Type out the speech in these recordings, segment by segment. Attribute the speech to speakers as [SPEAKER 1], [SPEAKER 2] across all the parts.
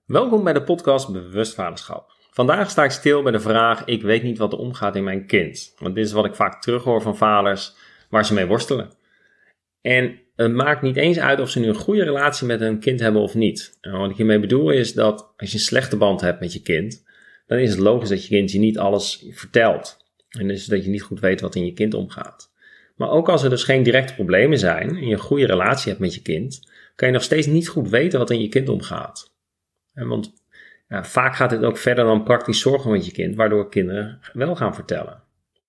[SPEAKER 1] Welkom bij de podcast Bewust Vaderschap. Vandaag sta ik stil bij de vraag, ik weet niet wat er omgaat in mijn kind. Want dit is wat ik vaak terughoor van vaders waar ze mee worstelen. En het maakt niet eens uit of ze nu een goede relatie met hun kind hebben of niet. En wat ik hiermee bedoel is dat als je een slechte band hebt met je kind, dan is het logisch dat je kind je niet alles vertelt. En dus dat je niet goed weet wat in je kind omgaat. Maar ook als er dus geen directe problemen zijn en je een goede relatie hebt met je kind, kan je nog steeds niet goed weten wat in je kind omgaat. Want vaak gaat het ook verder dan praktisch zorgen met je kind, waardoor kinderen wel gaan vertellen.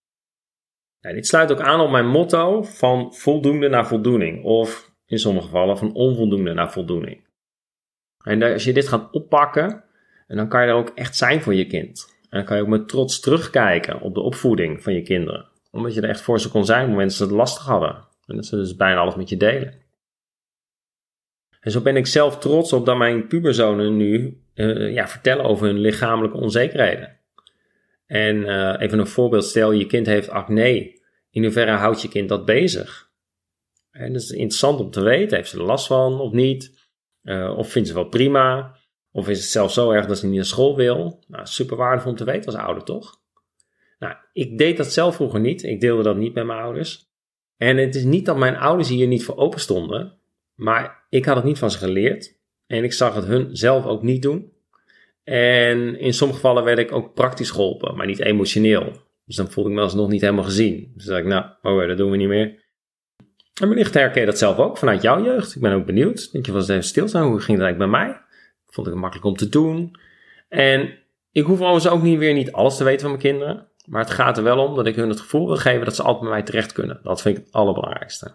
[SPEAKER 1] Dit sluit ook aan op mijn motto van voldoende naar voldoening, of in sommige gevallen van onvoldoende naar voldoening. En als je dit gaat oppakken, dan kan je er ook echt zijn voor je kind. En dan kan je ook met trots terugkijken op de opvoeding van je kinderen. Omdat je er echt voor ze kon zijn op het moment dat ze het lastig hadden. En dat ze dus bijna alles met je delen. En zo ben ik zelf trots op dat mijn puberzonen nu vertellen over hun lichamelijke onzekerheden. En even een voorbeeld, stel je kind heeft acne. In hoeverre houdt je kind dat bezig? En dat is interessant om te weten. Heeft ze er last van of niet? Of vindt ze wel prima? Of is het zelfs zo erg dat ze niet naar school wil? Nou, super waardevol om te weten als ouder, toch? Nou, ik deed dat zelf vroeger niet. Ik deelde dat niet met mijn ouders. En het is niet dat mijn ouders hier niet voor open stonden. Maar ik had het niet van ze geleerd. En ik zag het hun zelf ook niet doen. En in sommige gevallen werd ik ook praktisch geholpen, maar niet emotioneel. Dus dan voelde ik me alsnog niet helemaal gezien. Dus dan dacht ik, dat doen we niet meer. En wellicht herken je dat zelf ook vanuit jouw jeugd. Ik ben ook benieuwd. Denk je wel eens even stilstaan, hoe ging dat eigenlijk bij mij? Vond ik het makkelijk om te doen. En ik hoef overigens ook niet alles te weten van mijn kinderen. Maar het gaat er wel om dat ik hun het gevoel wil geven dat ze altijd bij mij terecht kunnen. Dat vind ik het allerbelangrijkste.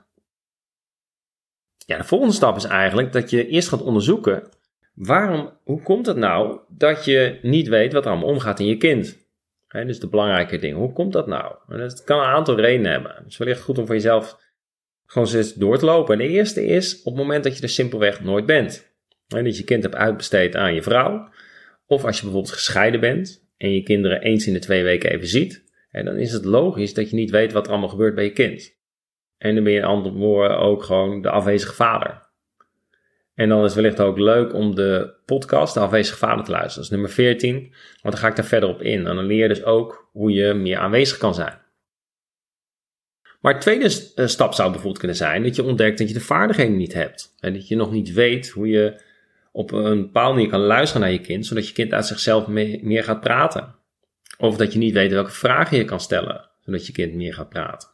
[SPEAKER 1] Ja, de volgende stap is eigenlijk dat je eerst gaat onderzoeken, hoe komt het nou dat je niet weet wat er allemaal omgaat in je kind? Dus de belangrijke dingen, hoe komt dat nou? En dat kan een aantal redenen hebben. Het is wellicht goed om voor jezelf gewoon eens door te lopen. En de eerste is op het moment dat je er simpelweg nooit bent. Dat je je kind hebt uitbesteed aan je vrouw. Of als je bijvoorbeeld gescheiden bent en je kinderen eens in de 2 weken even ziet. Dan is het logisch dat je niet weet wat er allemaal gebeurt bij je kind. En dan ben je in andere woorden ook gewoon de afwezige vader. En dan is het wellicht ook leuk om de podcast De Afwezige Vader te luisteren. Dat is nummer 14, want dan ga ik daar verder op in. En dan leer je dus ook hoe je meer aanwezig kan zijn. Maar de tweede stap zou bijvoorbeeld kunnen zijn dat je ontdekt dat je de vaardigheden niet hebt. En dat je nog niet weet hoe je op een bepaalde manier kan luisteren naar je kind, zodat je kind uit zichzelf meer gaat praten. Of dat je niet weet welke vragen je kan stellen, zodat je kind meer gaat praten.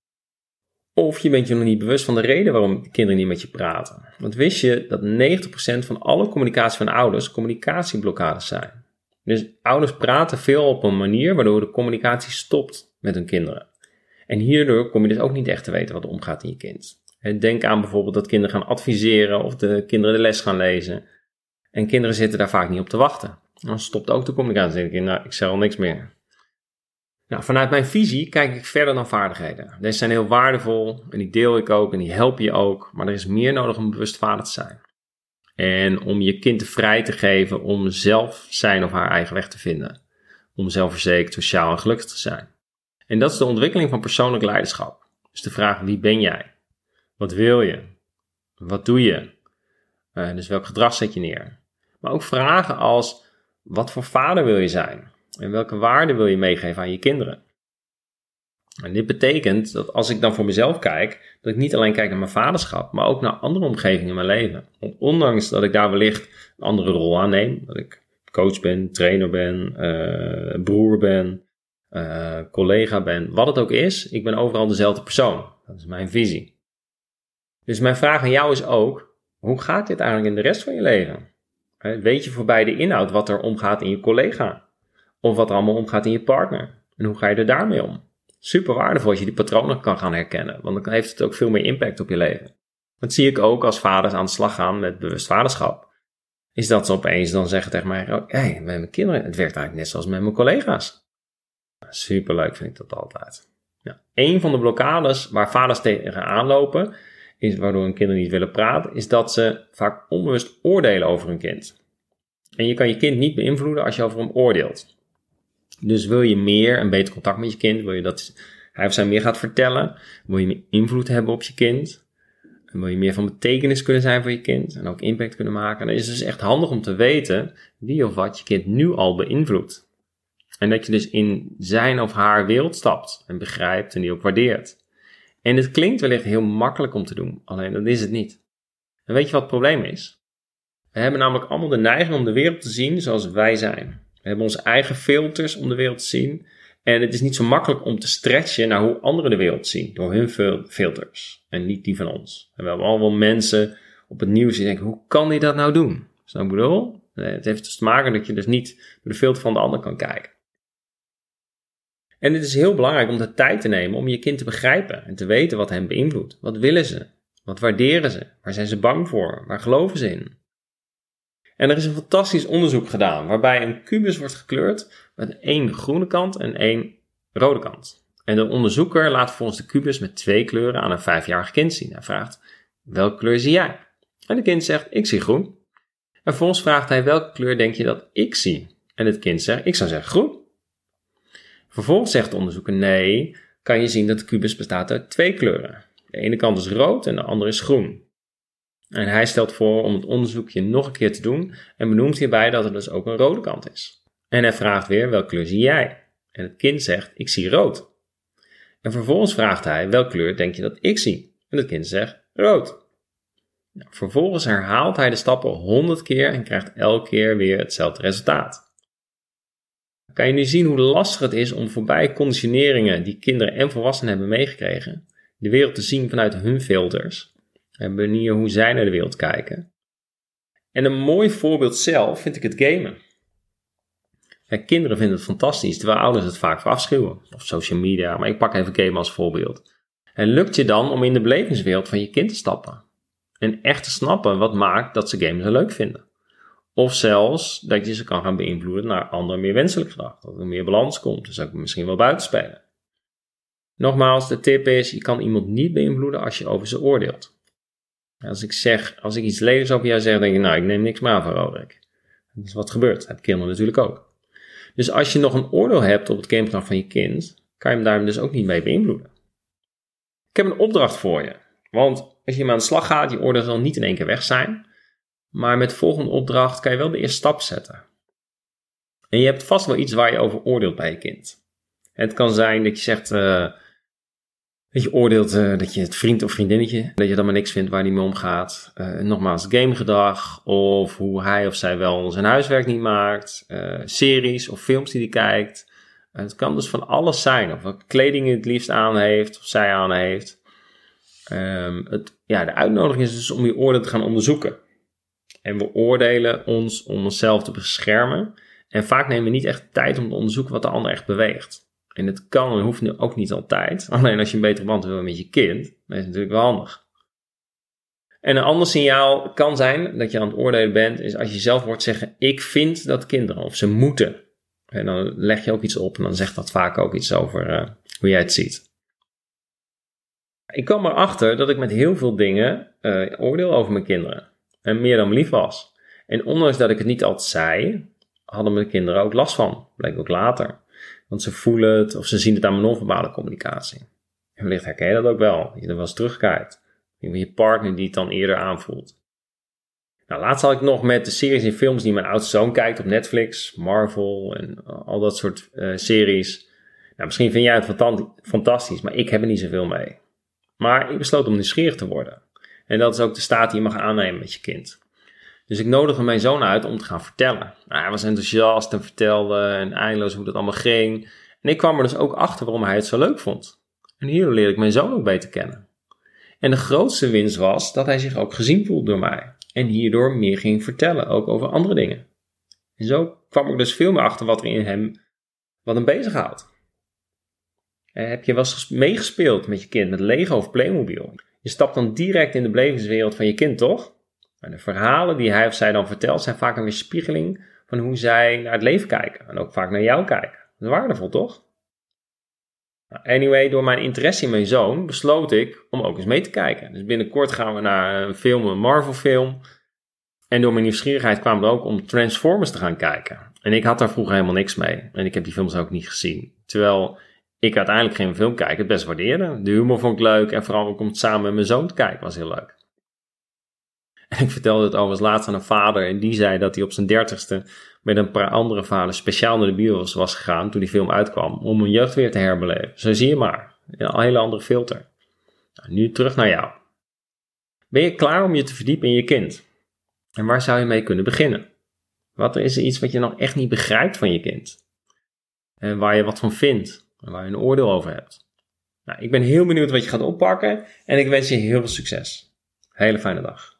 [SPEAKER 1] Of je bent je nog niet bewust van de reden waarom de kinderen niet met je praten. Want wist je dat 90% van alle communicatie van ouders communicatieblokkades zijn. Dus ouders praten veel op een manier waardoor de communicatie stopt met hun kinderen. En hierdoor kom je dus ook niet echt te weten wat er omgaat in je kind. Denk aan bijvoorbeeld dat kinderen gaan adviseren of de kinderen de les gaan lezen. En kinderen zitten daar vaak niet op te wachten. Dan stopt ook de communicatie. Dan denk ik, ik zeg al niks meer. Nou, vanuit mijn visie kijk ik verder dan vaardigheden. Deze zijn heel waardevol en die deel ik ook en die helpen je ook. Maar er is meer nodig om bewust vader te zijn. En om je kind de vrij te geven om zelf zijn of haar eigen weg te vinden. Om zelfverzekerd, sociaal en gelukkig te zijn. En dat is de ontwikkeling van persoonlijk leiderschap. Dus de vraag, wie ben jij? Wat wil je? Wat doe je? Dus welk gedrag zet je neer? Maar ook vragen als, wat voor vader wil je zijn? En welke waarden wil je meegeven aan je kinderen? En dit betekent dat als ik dan voor mezelf kijk, dat ik niet alleen kijk naar mijn vaderschap, maar ook naar andere omgevingen in mijn leven. Want ondanks dat ik daar wellicht een andere rol aanneem, dat ik coach ben, trainer ben, broer ben, collega ben, wat het ook is, ik ben overal dezelfde persoon. Dat is mijn visie. Dus mijn vraag aan jou is ook, hoe gaat dit eigenlijk in de rest van je leven? Weet je voorbij de inhoud wat er omgaat in je collega? Of wat er allemaal omgaat in je partner. En hoe ga je er daarmee om? Super waardevol als je die patronen kan gaan herkennen. Want dan heeft het ook veel meer impact op je leven. Dat zie ik ook als vaders aan de slag gaan met bewust vaderschap. Is dat ze opeens dan zeggen tegen mij, met mijn kinderen, het werkt eigenlijk net zoals met mijn collega's. Super leuk vind ik dat altijd. Een van de blokkades waar vaders tegenaan lopen, is waardoor hun kinderen niet willen praten, is dat ze vaak onbewust oordelen over hun kind. En je kan je kind niet beïnvloeden als je over hem oordeelt. Dus wil je meer en beter contact met je kind, wil je dat hij of zij meer gaat vertellen, wil je meer invloed hebben op je kind, En wil je meer van betekenis kunnen zijn voor je kind en ook impact kunnen maken, dan is het dus echt handig om te weten wie of wat je kind nu al beïnvloedt. En dat je dus in zijn of haar wereld stapt en begrijpt en die ook waardeert. En het klinkt wellicht heel makkelijk om te doen, alleen dat is het niet. En weet je wat het probleem is? We hebben namelijk allemaal de neiging om de wereld te zien zoals wij zijn. We hebben onze eigen filters om de wereld te zien. En het is niet zo makkelijk om te stretchen naar hoe anderen de wereld zien, door hun filters en niet die van ons. En we hebben allemaal mensen op het nieuws die denken, hoe kan die dat nou doen? Dus ik bedoel, het heeft dus te maken dat je dus niet door de filter van de ander kan kijken. En het is heel belangrijk om de tijd te nemen om je kind te begrijpen en te weten wat hen beïnvloedt. Wat willen ze? Wat waarderen ze? Waar zijn ze bang voor? Waar geloven ze in? En er is een fantastisch onderzoek gedaan waarbij een kubus wordt gekleurd met 1 groene kant en 1 rode kant. En de onderzoeker laat volgens de kubus met 2 kleuren aan een 5-jarig kind zien. Hij vraagt, welke kleur zie jij? En het kind zegt, ik zie groen. En vervolgens vraagt hij, welke kleur denk je dat ik zie? En het kind zegt, ik zou zeggen groen. Vervolgens zegt de onderzoeker, nee, kan je zien dat de kubus bestaat uit 2 kleuren. De ene kant is rood en de andere is groen. En hij stelt voor om het onderzoekje nog een keer te doen en benoemt hierbij dat er dus ook een rode kant is. En hij vraagt weer, welke kleur zie jij? En het kind zegt, ik zie rood. En vervolgens vraagt hij, welke kleur denk je dat ik zie? En het kind zegt, rood. Nou, vervolgens herhaalt hij de stappen 100 keer en krijgt elke keer weer hetzelfde resultaat. Kan je nu zien hoe lastig het is om voorbij conditioneringen die kinderen en volwassenen hebben meegekregen, de wereld te zien vanuit hun filters en manier hoe zij naar de wereld kijken. En een mooi voorbeeld zelf vind ik het gamen. Ja, kinderen vinden het fantastisch, terwijl ouders het vaak verafschuwen. Of social media, maar ik pak even gamen als voorbeeld. En lukt je dan om in de belevingswereld van je kind te stappen? En echt te snappen wat maakt dat ze gamen zo leuk vinden? Of zelfs dat je ze kan gaan beïnvloeden naar ander meer wenselijk gedrag. Dat er meer balans komt, dus ook misschien wel buiten spelen. Nogmaals, de tip is, je kan iemand niet beïnvloeden als je over ze oordeelt. Als ik iets lelijks over jou zeg, denk je, nou, ik neem niks meer aan van Roderick. Dat is wat gebeurt, dat hebben kinderen natuurlijk ook. Dus als je nog een oordeel hebt op het gamegedrag van je kind, kan je hem daar dus ook niet mee beïnvloeden. Ik heb een opdracht voor je, want als je hem aan de slag gaat, je oordeel zal niet in één keer weg zijn, maar met de volgende opdracht kan je wel de eerste stap zetten. En je hebt vast wel iets waar je over oordeelt bij je kind. Het kan zijn dat je zegt, dat je oordeelt dat je het vriend of vriendinnetje, dat je dan maar niks vindt waar die mee omgaat. Nogmaals, gamegedrag of hoe hij of zij wel zijn huiswerk niet maakt. Series of films die hij kijkt. Het kan dus van alles zijn. Of welke kleding hij het liefst aan heeft of zij aan heeft. De uitnodiging is dus om je oordeel te gaan onderzoeken. En we oordelen ons om onszelf te beschermen. En vaak nemen we niet echt tijd om te onderzoeken wat de ander echt beweegt. En het kan en hoeft nu ook niet altijd. Alleen als je een betere band wil met je kind, dan is het natuurlijk wel handig. En een ander signaal kan zijn dat je aan het oordelen bent, is als je zelf hoort zeggen, ik vind dat kinderen, of ze moeten. En dan leg je ook iets op en dan zegt dat vaak ook iets over hoe jij het ziet. Ik kwam erachter dat ik met heel veel dingen oordeel over mijn kinderen. En meer dan me lief was. En ondanks dat ik het niet altijd zei, hadden mijn kinderen ook last van. Bleek ook later. Want ze voelen het of ze zien het aan mijn non-verbale communicatie. En wellicht herken je dat ook wel. Je er wel eens terugkijkt. Je partner die het dan eerder aanvoelt. Nou, laatst had ik nog met de series en films die mijn oudste zoon kijkt op Netflix. Marvel en al dat soort series. Nou, misschien vind jij het fantastisch, maar ik heb er niet zoveel mee. Maar ik besloot om nieuwsgierig te worden. En dat is ook de staat die je mag aannemen met je kind. Dus ik nodigde mijn zoon uit om te gaan vertellen. Nou, hij was enthousiast en vertelde en eindeloos hoe dat allemaal ging. En ik kwam er dus ook achter waarom hij het zo leuk vond. En hierdoor leerde ik mijn zoon ook beter kennen. En de grootste winst was dat hij zich ook gezien voelde door mij. En hierdoor meer ging vertellen, ook over andere dingen. En zo kwam ik dus veel meer achter wat hem bezighoudt. Heb je wel eens meegespeeld met je kind met Lego of Playmobil? Je stapt dan direct in de belevingswereld van je kind, toch? Maar de verhalen die hij of zij dan vertelt zijn vaak een weerspiegeling van hoe zij naar het leven kijken. En ook vaak naar jou kijken. Dat is waardevol, toch? Anyway, door mijn interesse in mijn zoon besloot ik om ook eens mee te kijken. Dus binnenkort gaan we naar een Marvel film. En door mijn nieuwsgierigheid kwamen we er ook om Transformers te gaan kijken. En ik had daar vroeger helemaal niks mee. En ik heb die films ook niet gezien. Terwijl ik uiteindelijk geen film kijken, het best waardeerde. De humor vond ik leuk en vooral ook om het samen met mijn zoon te kijken was heel leuk. En ik vertelde het overigens laatst aan een vader en die zei dat hij op zijn 30ste met een paar andere vaders speciaal naar de bios was gegaan toen die film uitkwam om hun jeugd weer te herbeleven. Zo zie je maar, een hele andere filter. Nou, nu terug naar jou. Ben je klaar om je te verdiepen in je kind? En waar zou je mee kunnen beginnen? Wat is er iets wat je nog echt niet begrijpt van je kind? En waar je wat van vindt en waar je een oordeel over hebt? Nou, ik ben heel benieuwd wat je gaat oppakken en ik wens je heel veel succes. Hele fijne dag.